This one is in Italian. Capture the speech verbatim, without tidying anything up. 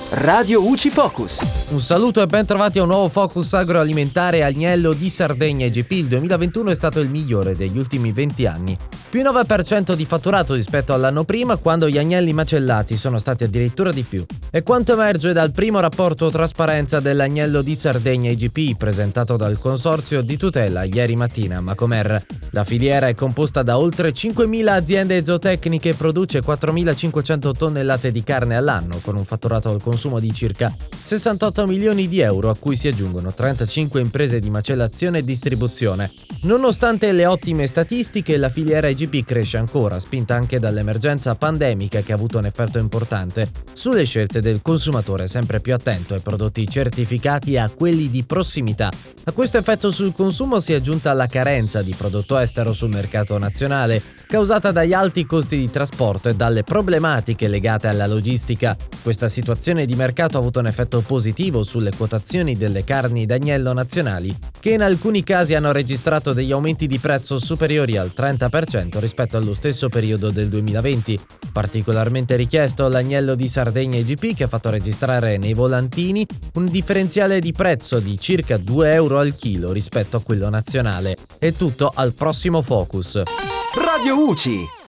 Radio U C I Focus. Un saluto e ben trovati a un nuovo Focus agroalimentare. Agnello di Sardegna I G P. Il duemilaventuno è stato il migliore degli ultimi venti anni. Più nove per cento di fatturato rispetto all'anno prima, quando gli agnelli macellati sono stati addirittura di più. E quanto emerge dal primo rapporto trasparenza dell'Agnello di Sardegna I G P presentato dal Consorzio di Tutela ieri mattina a Macomer. La filiera è composta da oltre cinquemila aziende zootecniche e produce quattromilacinquecento tonnellate di carne all'anno, con un fatturato al consumo di circa sessantotto milioni di euro, a cui si aggiungono trentacinque imprese di macellazione e distribuzione. Nonostante le ottime statistiche, la filiera I G P cresce ancora, spinta anche dall'emergenza pandemica che ha avuto un effetto importante sulle scelte del consumatore, sempre più attento ai prodotti certificati e a quelli di prossimità. A questo effetto sul consumo si è aggiunta la carenza di prodotto estero sul mercato nazionale, causata dagli alti costi di trasporto e dalle problematiche legate alla logistica. Questa situazione di mercato ha avuto un effetto positivo sulle quotazioni delle carni d'agnello nazionali, che in alcuni casi hanno registrato degli aumenti di prezzo superiori al trenta per cento rispetto allo stesso periodo del duemilaventi. Particolarmente richiesto l'agnello di Sardegna I G P, che ha fatto registrare nei volantini un differenziale di prezzo di circa due euro al chilo rispetto a quello nazionale. È tutto al prossimo Focus. Radio U C I.